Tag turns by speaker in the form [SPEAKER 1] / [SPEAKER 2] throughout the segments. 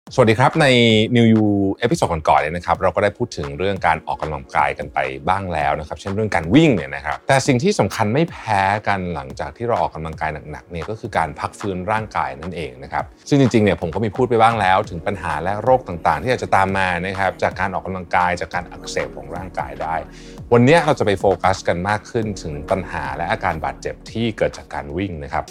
[SPEAKER 1] สวัสดีครับใน New You เอพิโซดก่อนๆเนี่ยนะครับเราก็ได้พูดถึงเรื่องการออกกำลังกายกันไปบ้างแล้วนะครับเช่นเรื่องการวิ่งเนี่ยนะครับแต่สิ่งที่สำคัญไม่แพ้กันหลังจากที่เราออกกำลังกายหนักๆเนี่ยก็คือการพักฟื้นร่างกายนั่นเองนะครับซึ่งจริงๆเนี่ยผมก็มีพูดไปบ้างแล้วถึงปัญหาและโรคต่างๆที่อาจจะตามมานะครับจากการออกกำลังกายจากการอักเสบของร่างกายได้วันนี้เราจะไปโฟกัสกันมากขึ้นถึงปัญหาและอาการบาดเจ็บที่เกิดจากการวิ่งนะครับ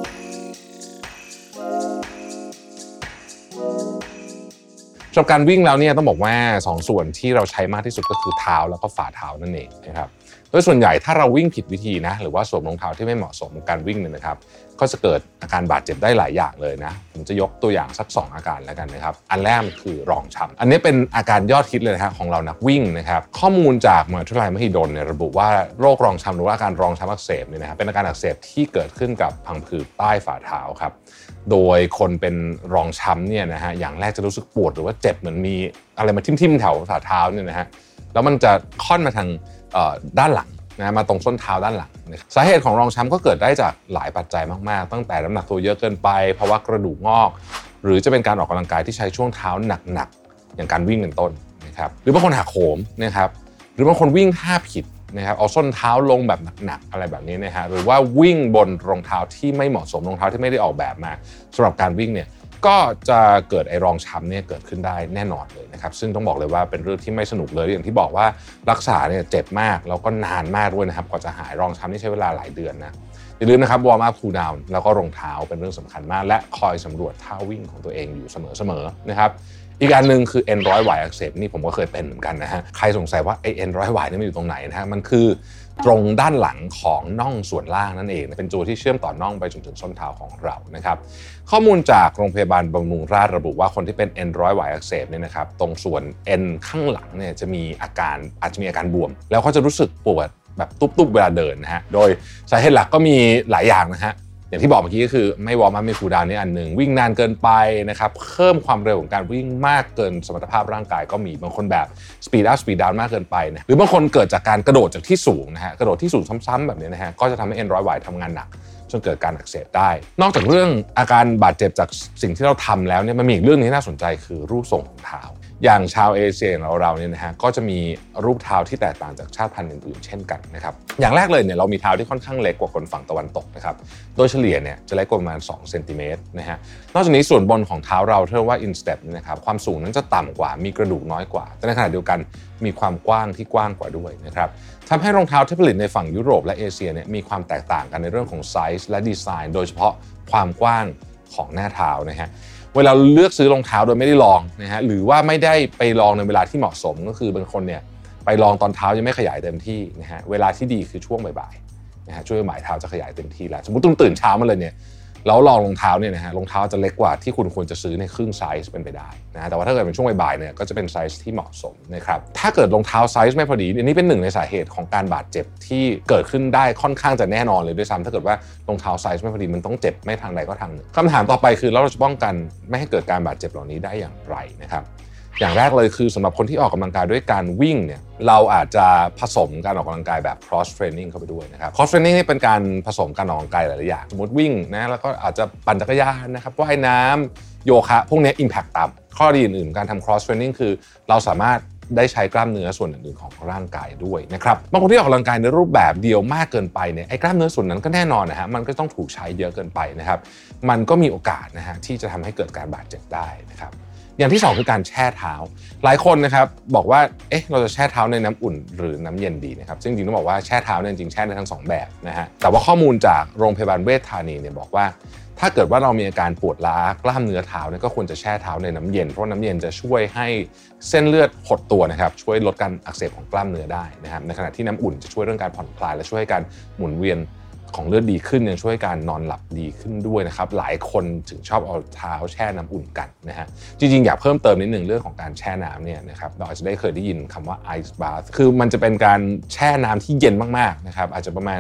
[SPEAKER 1] สำหรับการวิ่งแล้วเนี่ยต้องบอกว่า2ส่วนที่เราใช้มากที่สุดก็คือเท้าแล้วก็ฝ่าเท้านั่นเองนะครับโดยส่วนใหญ่ถ้าเราวิ่งผิดวิธีนะหรือว่าสวมรองเท้าที่ไม่เหมาะสมกับการวิ่งเนี่ยนะครับก็จะเกิดอาการบาดเจ็บได้หลายอย่างเลยนะผมจะยกตัวอย่างสัก2อาการแล้วกันนะครับอันแรกคือรองช้ำอันนี้เป็นอาการยอดฮิตเลยนะฮะของเรานักวิ่งนะครับข้อมูลจากมหาวิทยาลัยมหิดลเนี่ยระบุว่าโรครองช้ำหรือว่าอาการรองช้ำอักเสบเนี่ยนะครับเป็นอาการอักเสบที่เกิดขึ้นกับพังผืดใต้ฝ่าเท้าครับโดยคนเป็นรองช้ำเนี่ยนะฮะอย่างแรกจะรู้สึกปวดหรือว่าเจ็บเหมือนมีอะไรมาทิ่มๆแถวฝ่าเท้าเนี่ยนะฮะแล้วมันจะค่อนมาทางด้านหลังนะมาตรงส้นเท้าด้านหลังสาเหตุของรองช้ำก็เกิดได้จากหลายปัจจัยมากๆตั้งแต่น้ำหนักตัวเยอะเกินไปภาวะกระดูกงอกหรือจะเป็นการออกกำลังกายที่ใช้ช่วงเท้าหนักๆอย่างการวิ่งเป็นต้นนะครับหรือบางคนหักโหมนะครับหรือบางคนวิ่งท่าผิดนะครับเอาส้นเท้าลงแบบหนักๆอะไรแบบนี้นะฮะหรือว่าวิ่งบนรองเท้าที่ไม่เหมาะสมรองเท้าที่ไม่ได้ออกแบบมาสำหรับการวิ่งเนี่ยก็จะเกิดไอ้รองช้ำเนี่ยเกิดขึ้นได้แน่นอนเลยนะครับซึ่งต้องบอกเลยว่าเป็นเรื่องที่ไม่สนุกเลยอย่างที่บอกว่ารักษาเนี่ยเจ็บมากแล้วก็นานมากด้วยนะครับกว่าจะหายรองช้ำนี่ใช้เวลาหลายเดือนนะอย่าลืมนะครับวอร์มอัพคูลดาวน์แล้วก็รองเท้าเป็นเรื่องสำคัญมากและคอยสำรวจท่าวิ่งของตัวเองอยู่เสมอๆนะครับอีกอันหนึ่งคือเอ็นร้อยหวายอักเสบนี่ผมก็เคยเป็นเหมือนกันนะฮะใครสงสัยว่าไอเอ็นร้อยหวายนี่มันอยู่ตรงไหนนะฮะมันคือตรงด้านหลังของน่องส่วนล่างนั่นเองเป็นตัวที่เชื่อมต่อน่องไปจนถึงส้นเท้าของเรานะครับข้อมูลจากโรงพยาบาลบำรุงราษฎร์ระบุว่าคนที่เป็นเอ็นร้อยหวายอักเสบเนี่ยนะครับตรงส่วนเอ็นข้างหลังเนี่ยจะมีอาการบวมแล้วเขาจะรู้สึกปวดแบบตุ๊บๆเวลาเดินนะฮะโดยสาเหตุหลักก็มีหลายอย่างนะฮะอย่างที่บอกเมื่อกี้ก็คือไม่วอร์มอัพไม่คูลดาวน์นี่อันหนึ่งวิ่งนานเกินไปนะครับเพิ่มความเร็วของการวิ่งมากเกินสมรรถภาพร่างกายก็มีบางคนแบบสปีดอัพสปีดดาวน์มากเกินไปนะหรือบางคนเกิดจากการกระโดดจากที่สูงนะฮะกระโดดที่สูงซ้ำๆแบบนี้นะฮะก็จะทำให้เอ็นร้อยหวายทำงานหนักจนเกิดการอักเสบได้นอกจากเรื่องอาการบาดเจ็บจากสิ่งที่เราทำแล้วเนี่ยมันมีอีกเรื่องนึงที่น่าสนใจคือรูปทรงของเท้าอย่างชาวเอเชียเราเนี่ยนะฮะก็จะมีรูปเท้าที่แตกต่างจากชาติพันธุ์อื่นๆเช่นกันนะครับอย่างแรกเลยเนี่ยเรามีเท้าที่ค่อนข้างเล็กกว่าคนฝั่งตะวันตกนะครับโดยเฉลี่ยเนี่ยจะเล็กกว่าประมาณ2เซนติเมตรนะฮะนอกจากนี้ส่วนบนของเท้าเราเรียกว่า instep นะครับความสูงนั้นจะต่ำกว่ามีกระดูกน้อยกว่าแต่ในขณะเดียวกันมีความกว้างที่กว้างกว่าด้วยนะครับทำให้รองเท้าที่ผลิตในฝั่งยุโรปและเอเชียเนี่ยมีความแตกต่างกันในเรื่องของไซส์และดีไซน์โดยเฉพาะความกว้างของหน้าเท้านะฮะเวลาเลือกซื้อรองเท้าโดยไม่ได้ลองนะฮะหรือว่าไม่ได้ไปลองในเวลาที่เหมาะสมก็คือบางคนเนี่ยไปลองตอนเท้ายังไม่ขยายเต็มที่นะฮะเวลาที่ดีคือช่วงบ่ายๆนะฮะช่วงบ่ายเท้าจะขยายเต็มที่แล้วสมมุติตื่นเช้ามาเลยเนี่ยแล้วลองรองเท้าเนี่ยนะฮะรองเท้าจะเล็กกว่าที่คุณควรจะซื้อในครึ่งไซส์เป็นไปได้นะแต่ว่าถ้าเกิดเป็นช่วงบ่ายๆเนี่ยก็จะเป็นไซส์ที่เหมาะสมนะครับถ้าเกิดรองเท้าไซส์ไม่พอดีอันนี้เป็นหนึ่งในสาเหตุของการบาดเจ็บที่เกิดขึ้นได้ค่อนข้างจะแน่นอนเลยด้วยซ้ำถ้าเกิดว่ารองเท้าไซส์ไม่พอดีมันต้องเจ็บไม่ทางใดก็ทางหนึ่งคำถามต่อไปคือเราจะป้องกันไม่ให้เกิดการบาดเจ็บเหล่านี้ได้อย่างไรนะครับอย่างแรกเลยคือสำหรับคนที่ออกกำลังกายด้วยการวิ่งเนี่ยเราอาจจะผสมการออกกำลังกายแบบ cross training เข้าไปด้วยนะครับ cross training นี่เป็นการผสมการออกกำลังกายหลายๆอย่างสมมติวิ่งนะแล้วก็อาจจะปั่นจักรยานนะครับว่ายน้ำโยคะพวกนี้ impact ต่ำข้อดีอื่นๆการทำ cross training คือเราสามารถได้ใช้กล้ามเนื้อส่วนอื่นๆของร่างกายด้วยนะครับบางคนที่ออกกำลังกายในรูปแบบเดียวมากเกินไปเนี่ยไอ้กล้ามเนื้อส่วนนั้นก็แน่นอนนะฮะมันก็ต้องถูกใช้เยอะเกินไปนะครับมันก็มีโอกาสนะฮะที่จะทำให้เกิดการบาดเจ็บได้นะครับอย่างที่2คือการแช่เท้าหลายคนนะครับบอกว่าเราจะแช่เท้าในน้ำอุ่นหรือน้ำเย็นดีนะครับซึ่งจริงๆต้องบอกว่าแช่เท้าเนี่ยจริงๆแช่ได้ทั้ง2แบบนะฮะแต่ว่าข้อมูลจากโรงพยาบาลเวชธานีเนี่ยบอกว่าถ้าเกิดว่าเรามีอาการปวดล้ากล้ามเนื้อเท้าเนี่ยก็ควรจะแช่เท้าในน้ำเย็นเพราะน้ำเย็นจะช่วยให้เส้นเลือดหดตัวนะครับช่วยลดการอักเสบของกล้ามเนื้อได้นะครับในขณะที่น้ำอุ่นจะช่วยเรื่องการผ่อนคลายและช่วยให้การหมุนเวียนของเลือดดีขึ้นยังช่วยการนอนหลับดีขึ้นด้วยนะครับหลายคนถึงชอบเอาเท้าแช่น้ำอุ่นกันนะฮะจริงๆอยากเพิ่มเติมนิดนึงเรื่องของการแช่น้ำเนี่ยนะครับเราอาจจะได้เคยได้ยินคำว่า ice bath คือมันจะเป็นการแช่น้ำที่เย็นมากๆนะครับอาจจะประมาณ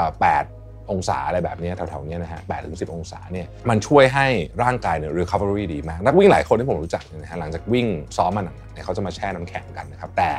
[SPEAKER 1] 8 องศาอะไรแบบนี้แถวๆนี้นะฮะ8 ถึง 10 องศาเนี่ยมันช่วยให้ร่างกายเนี่ย recovery ดีมากนักวิ่งหลายคนที่ผมรู้จักเนี่ยนะฮะหลังจากวิ่งซ้อมมาหนักๆเนี่ยเขาจะมาแช่น้ำแข็งกันนะครับแต่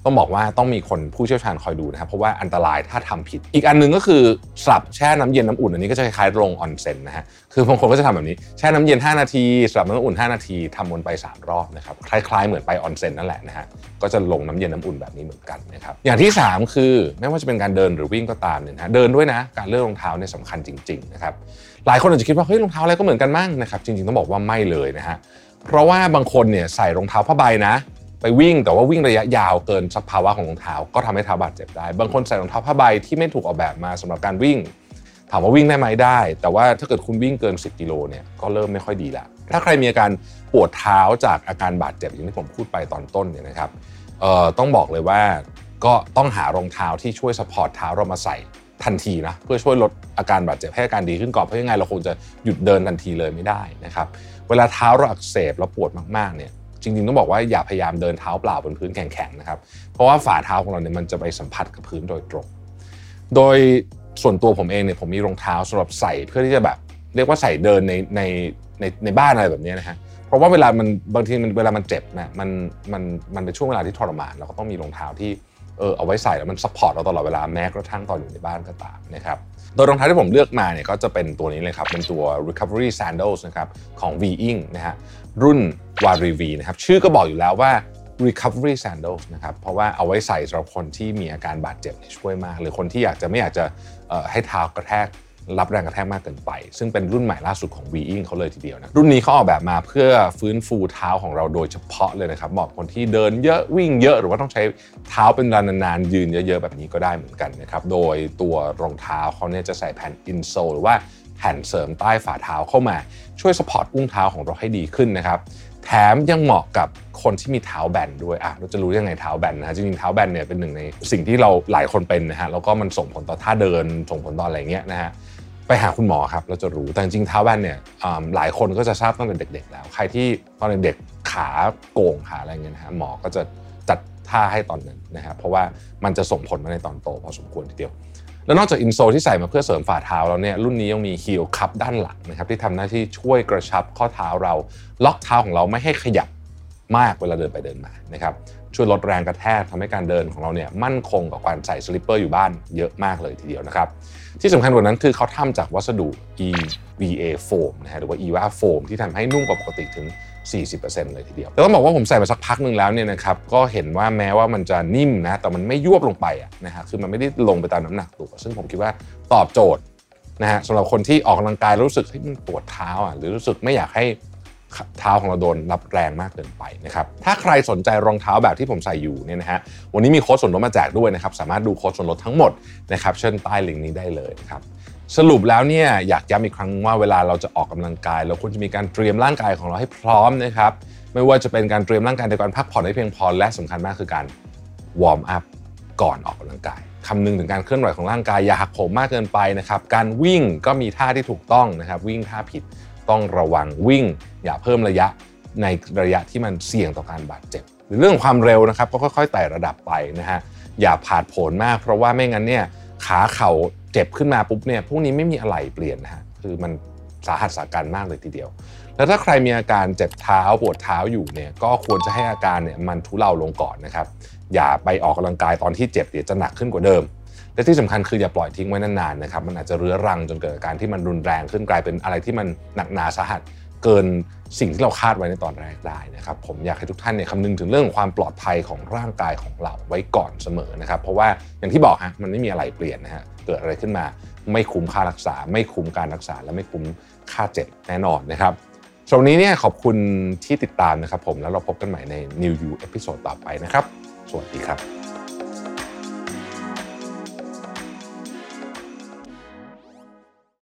[SPEAKER 1] ต้องบอกว่าต้องมีคนผู้เชี่ยวชาญคอยดูนะครับเพราะว่าอันตรายถ้าทำผิดอีกอันนึงก็คือสลับแช่น้ำเย็นน้ำอุ่นอันนี้ก็จะคล้ายๆโรงออนเซ็นนะฮะคือบางคนก็จะทำแบบนี้แช่น้ำเย็น5นาทีสลับน้ำอุ่น5นาทีทำวนไป3รอบนะครับคล้ายๆเหมือนไปออนเซ็นนั่นแหละนะฮะก็จะลงน้ำเย็นน้ำอุ่นแบบนี้เหมือนกันนะครับอย่างที่3คือไม่ว่าจะเป็นการเดินหรือวิ่งก็ตามเนี่ยนะเดินด้วยนะการเลือกรองเท้าเนี่ยสำคัญจริงๆนะครับหลายคนอาจจะคิดว่าเฮ้ยรองเท้าอะไรก็เหมือนกันมั้งนะครับจริงๆต้องบอกว่าไม่เลยนะฮะเพราะว่าบางคนเนี่ยใส่รองเท้าผ้าใบนะไปวิ่งแต่ว่าวิ่งระยะยาวเกินสภาวะของรองเท้าก็ทำให้เท้าบาดเจ็บได้บางคนใส่รองเท้าผ้าใบที่ไม่ถูกออกแบบมาสำหรับการวิ่งถามว่าวิ่งได้ไหมได้แต่ว่าถ้าเกิดคุณวิ่งเกิน10 กิโลเนี่ยก็เริ่มไม่ค่อยดีแล้วถ้าใครมีอาการปวดเท้าจากอาการบาดเจ็บอย่างที่ผมพูดไปตอนต้นเนี่ยนะครับต้องบอกเลยว่าก็ต้องหารองเท้าที่ช่วยซัพพอร์ตเท้าเรามาใส่ทันทีนะเพื่อช่วยลดอาการบาดเจ็บให้อาการดีขึ้นก่อนเพราะยังไงเราคงจะหยุดเดินทันทีเลยไม่ได้นะครับเวลาเท้าเราอักเสบแล้วปวดมากๆเนี่ยจริงๆต้องบอกว่าอย่าพยายามเดินเท้าเปล่าบนพื้นแข็งๆนะครับเพราะว่าฝ่าเท้าของเราเนี่ยมันจะไปสัมผัสกับพื้นโดยตรงโดยส่วนตัวผมเองเนี่ยผมมีรองเท้าสำหรับใส่เพื่อที่จะแบบเรียกว่าใส่เดินในบ้านอะไรแบบนี้นะฮะเพราะว่าเวลามันบางทีเวลามันเจ็บนะมันเป็นช่วงเวลาที่ทรมานเราก็ต้องมีรองเท้าที่เอาไว้ใส่แล้วมันซัพพอร์ตเราตลอดเวลาแม้กระทั่งตอนอยู่ในบ้านก็ตามนะครับโดยรองเท้าที่ผมเลือกมาเนี่ยก็จะเป็นตัวนี้เลยครับเป็นตัว Recovery Sandals นะครับของ V-Ing นะฮะรุ่น Warivi นะครับชื่อก็บอกอยู่แล้วว่า Recovery Sandals นะครับเพราะว่าเอาไว้ใส่สำหรับคนที่มีอาการบาดเจ็บช่วยมากหรือคนที่ไม่อยากจะให้เท้ากระแทกรับแรงกระแทกมากเกินไปซึ่งเป็นรุ่นใหม่ล่าสุดของ V-Ing เขาเลยทีเดียวนะรุ่นนี้เขาออกแบบมาเพื่อฟื้นฟูเท้าของเราโดยเฉพาะเลยนะครับเหมาะคนที่เดินเยอะวิ่งเยอะหรือว่าต้องใช้เท้าเป็นเวลานานๆยืนเยอะๆแบบนี้ก็ได้เหมือนกันนะครับโดยตัวรองเท้าเขาเนี่ยจะใส่แผ่นอินโซลหรือว่าแผ่นเสริมใต้ฝ่าเท้าเข้ามาช่วยสปอร์ตอุ้งเท้าของเราให้ดีขึ้นนะครับแถมยังเหมาะกับคนที่มีเท้าแบนด้วยเราจะรู้ยังไงเท้าแบนนะฮะจริงๆเท้าแบนเนี่ยเป็นหนึ่งในสิ่งที่เราหลายคนเป็นนะฮะแล้วก็มันส่งผลต่อท่าเดินส่งผลต่ออะไรเงี้ยนะฮะไปหาคุณหมอครับเราจะรู้แต่จริงๆเท้าแบนเนี่ยหลายคนก็จะทราบตั้งแต่เด็กๆแล้วใครที่ตอนเด็กๆขาโก่งขาอะไรเงี้ยนะฮะหมอก็จะจัดท่าให้ตอนนั้นนะฮะเพราะว่ามันจะส่งผลมาในตอนโตพอสมควรทีเดียวแล้วนอกจากอินโซลที่ใส่มาเพื่อเสริมฝ่าเท้าแล้วเนี่ยรุ่นนี้ยังมีฮีลคัพด้านหลังนะครับที่ทำหน้าที่ช่วยกระชับข้อเท้าเราล็อกเท้าของเราไม่ให้ขยับมากเวลาเดินไปเดินมานะครับช่วยลดแรงกระแทกทำให้การเดินของเราเนี่ยมั่นคงกับการใส่สลิปเปอร์อยู่บ้านเยอะมากเลยทีเดียวนะครับที่สำคัญกว่านั้นคือเขาทำจากวัสดุ EVA foam นะฮะหรือว่า EVA foam ที่ทำให้นุ่มกว่าปกติถึง 40% เลยทีเดียวแต่ต้องบอกว่าผมใส่มาสักพักนึงแล้วเนี่ยนะครับก็เห็นว่าแม้ว่ามันจะนิ่มนะแต่มันไม่ยวบลงไปนะฮะคือมันไม่ได้ลงไปตามน้ำหนักตัวซึ่งผมคิดว่าตอบโจทย์นะฮะสำหรับคนที่ออกกำลังกายรู้สึกให้มันปวดเท้าหรือรู้สึกไม่อยากให้เท้าของเราโดนรับแรงมากเกินไปนะครับถ้าใครสนใจรองเท้าแบบที่ผมใส่อยู่เนี่ยนะฮะวันนี้มีโค้ดส่วนลดมาแจกด้วยนะครับสามารถดูโค้ดส่วนลดทั้งหมดนะครับเชิญใต้ลิงก์นี้ได้เลยนะครับสรุปแล้วเนี่ยอยากย้ำอีกครั้งว่าเวลาเราจะออกกำลังกายเราควรจะมีการเตรียมร่างกายของเราให้พร้อมนะครับไม่ว่าจะเป็นการเตรียมร่างกายในการพักผ่อนให้เพียงพอและสำคัญมากคือการวอร์มอัพก่อนออกกำลังกายคำนึงถึงการเคลื่อนไหวของร่างกายอย่าหักโหมมากเกินไปนะครับการวิ่งก็มีท่าที่ถูกต้องนะครับวิ่งท่าผิดต้องระวังวิ่งอย่าเพิ่มระยะในระยะที่มันเสี่ยงต่อการบาดเจ็บหรือเรื่องความเร็วนะครับก็ค่อยๆไต่ระดับไปนะฮะอย่าผาดโผนมากเพราะว่าไม่งั้นเนี่ยขาเข่าเจ็บขึ้นมาปุ๊บเนี่ยพวกนี้ไม่มีอะไรเปลี่ยนนะฮะคือมันสาหัสสากันมากเลยทีเดียวแล้วถ้าใครมีอาการเจ็บเท้าปวดเท้าอยู่เนี่ยก็ควรจะให้อาการเนี่ยมันทุเลาลงก่อนนะครับอย่าไปออกกำลังกายตอนที่เจ็บเดี๋ยวจะหนักขึ้นกว่าเดิมและที่สำคัญคืออย่าปล่อยทิ้งไว้นานๆนะครับมันอาจจะเรื้อรังจนเกิดอาการที่มันรุนแรงขึ้นกลายเป็นอะไรที่มันหนักหนาสาหัสเกินสิ่งที่เราคาดไว้ในตอนแรกได้นะครับผมอยากให้ทุกท่านเนี่ยคำนึงถึงเรื่องความปลอดภัยของร่างกายของเราไว้ก่อนเสมอนะครับเพราะว่าอย่างที่บอกฮะมันไม่มีอะไรเปลี่ยนนะฮะเกิดอะไรขึ้นมาไม่คุ้มค่ารักษาไม่คุ้มการรักษาและไม่คุ้มค่าเจ็บแน่นอนนะครับช่วงนี้เนี่ยขอบคุณที่ติดตามนะครับผมแล้วเราพบกันใหม่ใน New You เอพิโซดต่อไปนะครับสวัสดีครับ